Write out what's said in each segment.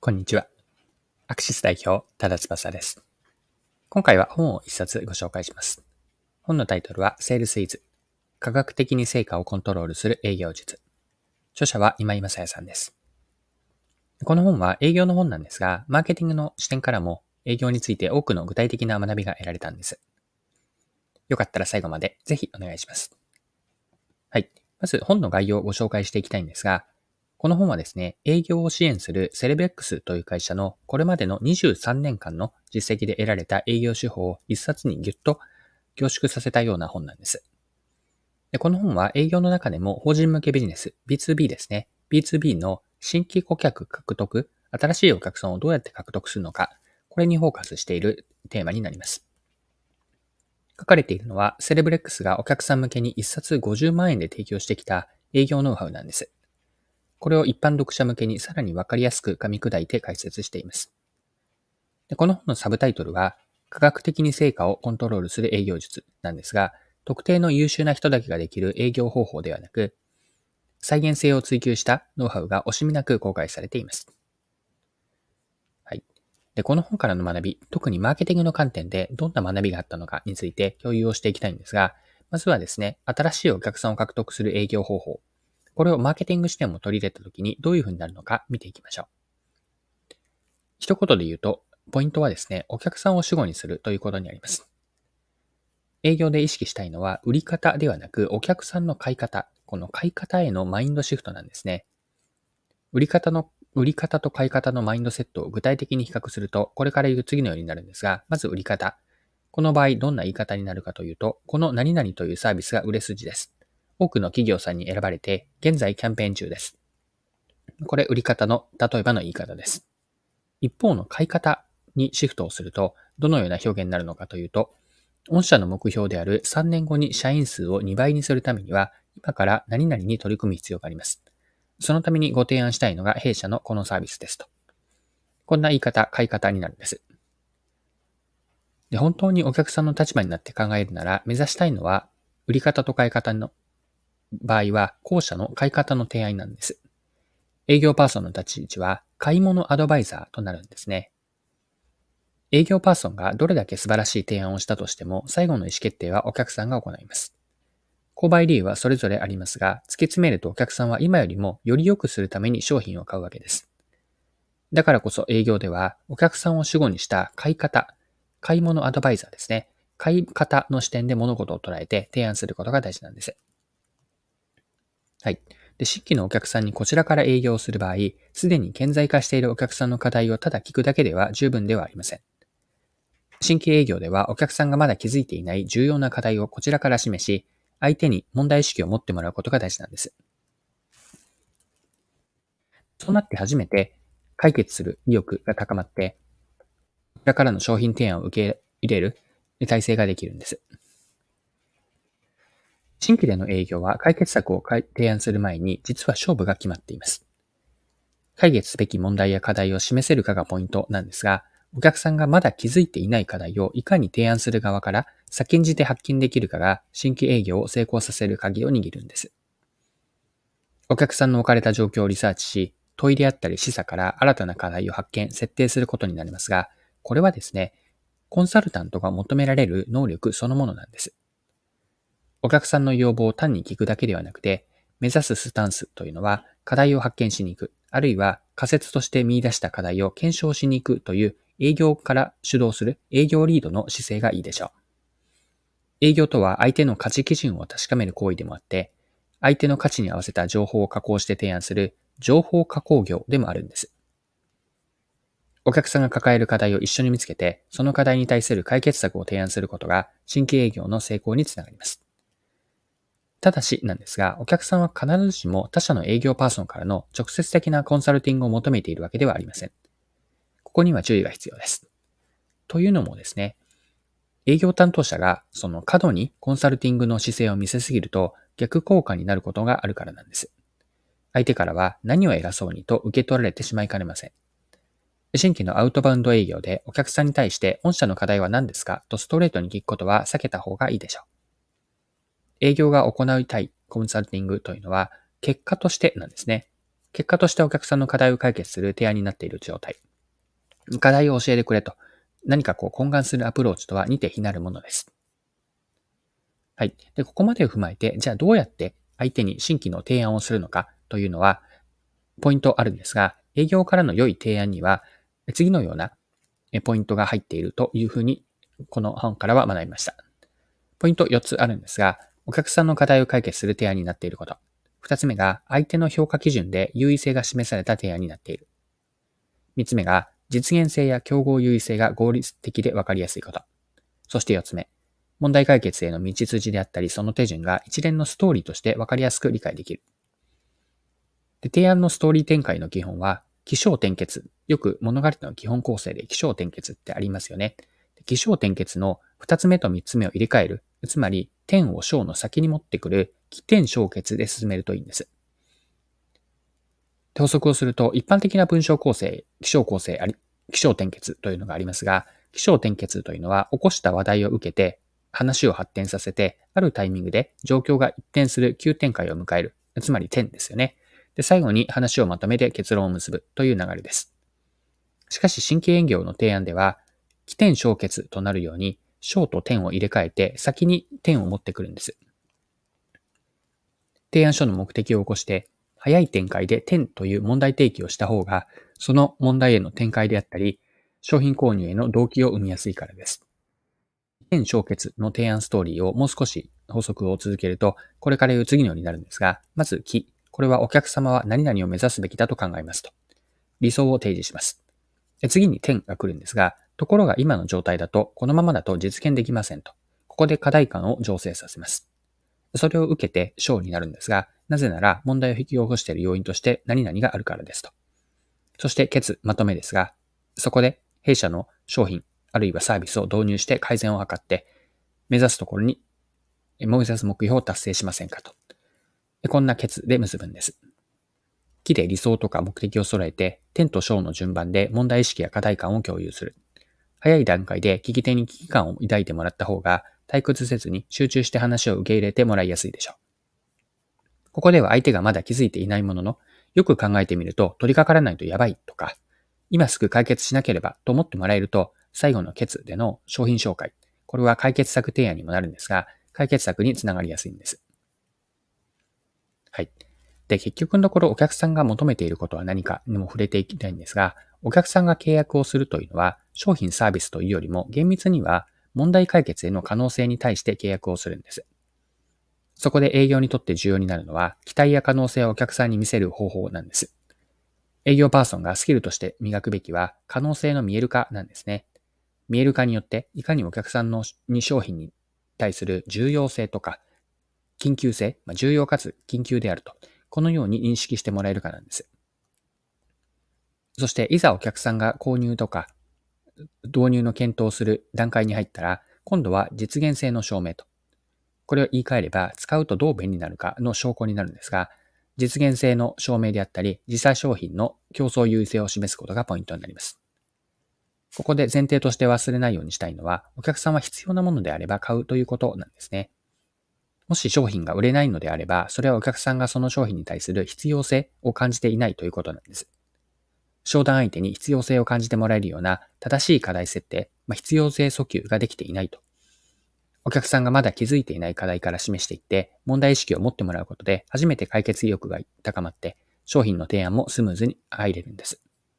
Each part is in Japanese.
こんにちは。アクシス代表、多田翼です。今回は本を一冊ご紹介します。本のタイトルは Sales is 科学的に成果をコントロールする営業術。著者は今井正也さんです。この本は営業の本なんですが、マーケティングの視点からも営業について多くの具体的な学びが得られたんです。よかったら最後までぜひお願いします。はい。まず本の概要をご紹介していきたいんですが、この本はですね、営業を支援するセレベックスという会社のこれまでの23年間の実績で得られた営業手法を一冊にぎゅっと凝縮させたような本なんです。で、この本は営業の中でも法人向けビジネス、B2B ですね。B2B の新規顧客獲得、新しいお客さんをどうやって獲得するのか、これにフォーカスしているテーマになります。書かれているのは、セレブレックスがお客さん向けに一冊50万円で提供してきた営業ノウハウなんです。これを一般読者向けにさらにわかりやすく噛み砕いて解説しています。で、この本のサブタイトルは、科学的に成果をコントロールする営業術なんですが、特定の優秀な人だけができる営業方法ではなく、再現性を追求したノウハウが惜しみなく公開されています。はい。で、この本からの学び、特にマーケティングの観点でどんな学びがあったのかについて共有をしていきたいんですが、まずはですね、新しいお客さんを獲得する営業方法、これをマーケティング視点も取り入れたときにどういうふうになるのか見ていきましょう。一言で言うと、ポイントはですね、お客さんを主語にするということにあります。営業で意識したいのは、売り方ではなく、お客さんの買い方。この買い方へのマインドシフトなんですね。売り方と買い方のマインドセットを具体的に比較すると、これから言う次のようになるんですが、まず売り方。この場合、どんな言い方になるかというと、この何々というサービスが売れ筋です。多くの企業さんに選ばれて、現在キャンペーン中です。これ、売り方の例えばの言い方です。一方の買い方にシフトをすると、どのような表現になるのかというと、御社の目標である3年後に社員数を2倍にするためには、今から何々に取り組む必要があります。そのためにご提案したいのが弊社のこのサービスですと。こんな言い方、買い方になるんです。で、本当にお客さんの立場になって考えるなら、目指したいのは、売り方と買い方の場合は、後者の買い方の提案なんです。営業パーソンの立ち位置は、買い物アドバイザーとなるんですね。営業パーソンがどれだけ素晴らしい提案をしたとしても、最後の意思決定はお客さんが行います。購買理由はそれぞれありますが、突き詰めるとお客さんは今よりもより良くするために商品を買うわけです。だからこそ営業では、お客さんを主語にした買い方、買い物アドバイザーですね。買い方の視点で物事を捉えて提案することが大事なんです。はい。で、新規のお客さんにこちらから営業をする場合、すでに顕在化しているお客さんの課題をただ聞くだけでは十分ではありません。新規営業ではお客さんがまだ気づいていない重要な課題をこちらから示し、相手に問題意識を持ってもらうことが大事なんです。そうなって初めて解決する意欲が高まって、こちらからの商品提案を受け入れる体制ができるんです。新規での営業は解決策を提案する前に実は勝負が決まっています。解決すべき問題や課題を示せるかがポイントなんですが、お客さんがまだ気づいていない課題をいかに提案する側から先んじて発見できるかが新規営業を成功させる鍵を握るんです。お客さんの置かれた状況をリサーチし、問いであったり示唆から新たな課題を発見、設定することになりますが、これはですね、コンサルタントが求められる能力そのものなんです。お客さんの要望を単に聞くだけではなくて、目指すスタンスというのは課題を発見しに行く、あるいは仮説として見出した課題を検証しに行くという営業から主導する営業リードの姿勢がいいでしょう。営業とは相手の価値基準を確かめる行為でもあって、相手の価値に合わせた情報を加工して提案する情報加工業でもあるんです。お客さんが抱える課題を一緒に見つけて、その課題に対する解決策を提案することが新規営業の成功につながります。ただしなんですが、お客さんは必ずしも他社の営業パーソンからの直接的なコンサルティングを求めているわけではありません。ここには注意が必要です。というのもですね、営業担当者がその過度にコンサルティングの姿勢を見せすぎると逆効果になることがあるからなんです。相手からは何を偉そうにと受け取られてしまいかねません。新規のアウトバウンド営業でお客さんに対して御社の課題は何ですかとストレートに聞くことは避けた方がいいでしょう。営業が行いたいコンサルティングというのは結果としてなんですね。 結果としてお客さんの課題を解決する提案になっている状態。課題を教えてくれと、何か懇願するアプローチとは似て非なるものです。はい。で、ここまでを踏まえて、じゃあどうやって相手に新規の提案をするのかというのは、ポイントあるんですが、営業からの良い提案には、次のようなポイントが入っているというふうに、この本からは学びました。ポイント4つあるんですが、お客さんの課題を解決する提案になっていること。2つ目が、相手の評価基準で優位性が示された提案になっている。3つ目が、実現性や競合優位性が合理的で分かりやすいこと。そして4つ目、問題解決への道筋であったり、その手順が一連のストーリーとして分かりやすく理解できる。で、提案のストーリー展開の基本は、起承転結。よく物語の基本構成で起承転結ってありますよね。起承転結の2つ目と3つ目を入れ替える。つまり、点を章の先に持ってくる起点章結で進めるといいんです。補足をすると、一般的な文章構成、起承構成起承転結というのがありますが、起承転結というのは起こした話題を受けて話を発展させて、あるタイミングで状況が一転する急展開を迎える。つまり点ですよね。で、最後に話をまとめて結論を結ぶという流れです。しかし、新規営業の提案では、起点章結となるように、章と点を入れ替えて先に点を持ってくるんです。提案書の目的を起こして、早い展開で点という問題提起をした方が、その問題への展開であったり、商品購入への動機を生みやすいからです。点章結の提案ストーリーをもう少し法則を続けると、これから言う次のようになるんですが、まず起、これはお客様は何々を目指すべきだと考えますと。理想を提示します。次に点が来るんですが、ところが今の状態だと、このままだと実現できませんと。ここで課題感を醸成させます。それを受けて章になるんですが、なぜなら問題を引き起こしている要因として何々があるからですと。そして結、まとめですが、そこで弊社の商品、あるいはサービスを導入して改善を図って、目指す目標を達成しませんかと。こんな結で結ぶんです。期で理想とか目的を揃えて、点と章の順番で問題意識や課題感を共有する。早い段階で聞き手に危機感を抱いてもらった方が、退屈せずに集中して話を受け入れてもらいやすいでしょう。ここでは相手がまだ気づいていないものの、よく考えてみると取り掛からないとやばいとか、今すぐ解決しなければと思ってもらえると、最後のケツでの商品紹介。これは解決策提案にもなるんですが、解決策につながりやすいんです。はい。で、結局のところお客さんが求めていることは何かにも触れていきたいんですが、お客さんが契約をするというのは、商品サービスというよりも厳密には問題解決への可能性に対して契約をするんです。そこで営業にとって重要になるのは、期待や可能性をお客さんに見せる方法なんです。営業パーソンがスキルとして磨くべきは、可能性の見える化なんですね。見える化によって、いかにお客さんに商品に対する重要性とか、緊急性、重要かつ緊急であると、このように認識してもらえるかなんです。そして、いざお客さんが購入とか、導入の検討をする段階に入ったら、今度は実現性の証明と。これを言い換えれば、使うとどう便利になるかの証拠になるんですが、実現性の証明であったり、実際商品の競争優位性を示すことがポイントになります。ここで前提として忘れないようにしたいのは、お客さんは必要なものであれば買うということなんですね。もし商品が売れないのであれば、それはお客さんがその商品に対する必要性を感じていないということなんです。商談相手に必要性を感じてもらえるような正しい課題設定、必要性訴求ができていないと。お客さんがまだ気づいていない課題から示していって、問題意識を持ってもらうことで、初めて解決意欲が高まって、商品の提案もスムーズに入れるんです。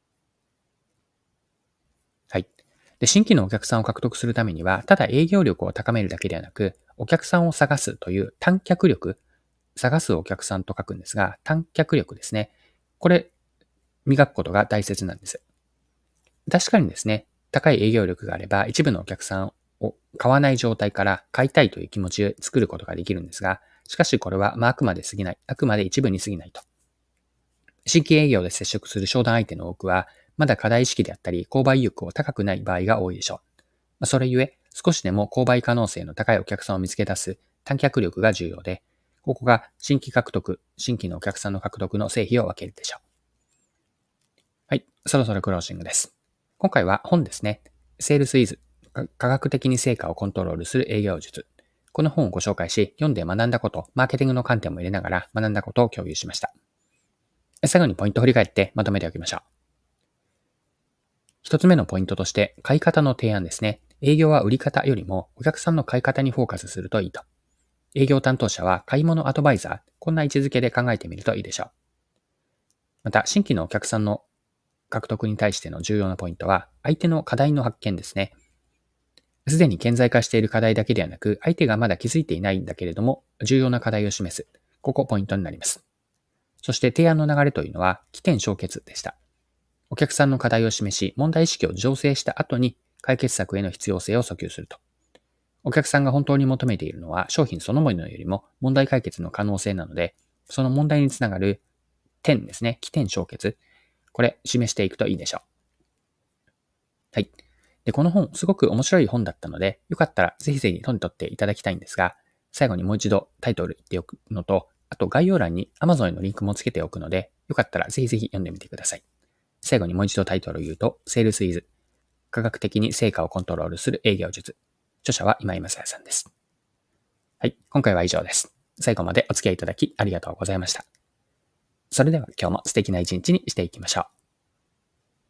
はい。で、新規のお客さんを獲得するためには、ただ営業力を高めるだけではなく、お客さんを探すという探客力、探すお客さんと書くんですが、探客力ですね。これ、磨くことが大切なんです。確かにですね、高い営業力があれば、一部のお客さんを買わない状態から買いたいという気持ちを作ることができるんですが、しかしこれはあくまで過ぎない、あくまで一部に過ぎないと。新規営業で接触する商談相手の多くは、まだ課題意識であったり、購買意欲を高くない場合が多いでしょう。それゆえ、少しでも購買可能性の高いお客さんを見つけ出す探客力が重要で、ここが新規のお客さんの獲得の成否を分けるでしょう。はい、そろそろクロージングです。今回は本ですね。セールスイズ、科学的に成果をコントロールする営業術。この本をご紹介し、読んで学んだこと、マーケティングの観点も入れながら学んだことを共有しました。 最後にポイントを振り返ってまとめておきましょう。一つ目のポイントとして、買い方の提案ですね。営業は売り方よりもお客さんの買い方にフォーカスするといいと。営業担当者は買い物アドバイザー、こんな位置づけで考えてみるといいでしょう。また、新規のお客さんの獲得に対しての重要なポイントは、相手の課題の発見ですね。すでに顕在化している課題だけではなく、相手がまだ気づいていないんだけれども、重要な課題を示す。ここポイントになります。そして提案の流れというのは、起点承結でした。お客さんの課題を示し、問題意識を醸成した後に、解決策への必要性を訴求すると。お客さんが本当に求めているのは、商品そのものよりも問題解決の可能性なので、その問題につながる点ですね、起点承結。これ、示していくといいでしょう。はい。で、この本、すごく面白い本だったので、よかったらぜひぜひ手に取っていただきたいんですが、最後にもう一度タイトル言っておくのと、あと概要欄に Amazon へのリンクもつけておくので、よかったらぜひぜひ読んでみてください。最後にもう一度タイトルを言うと、Sales is 科学的に成果をコントロールする営業術。著者は今井正也さんです。はい。今回は以上です。最後までお付き合いいただきありがとうございました。それでは今日も素敵な一日にしていきましょう。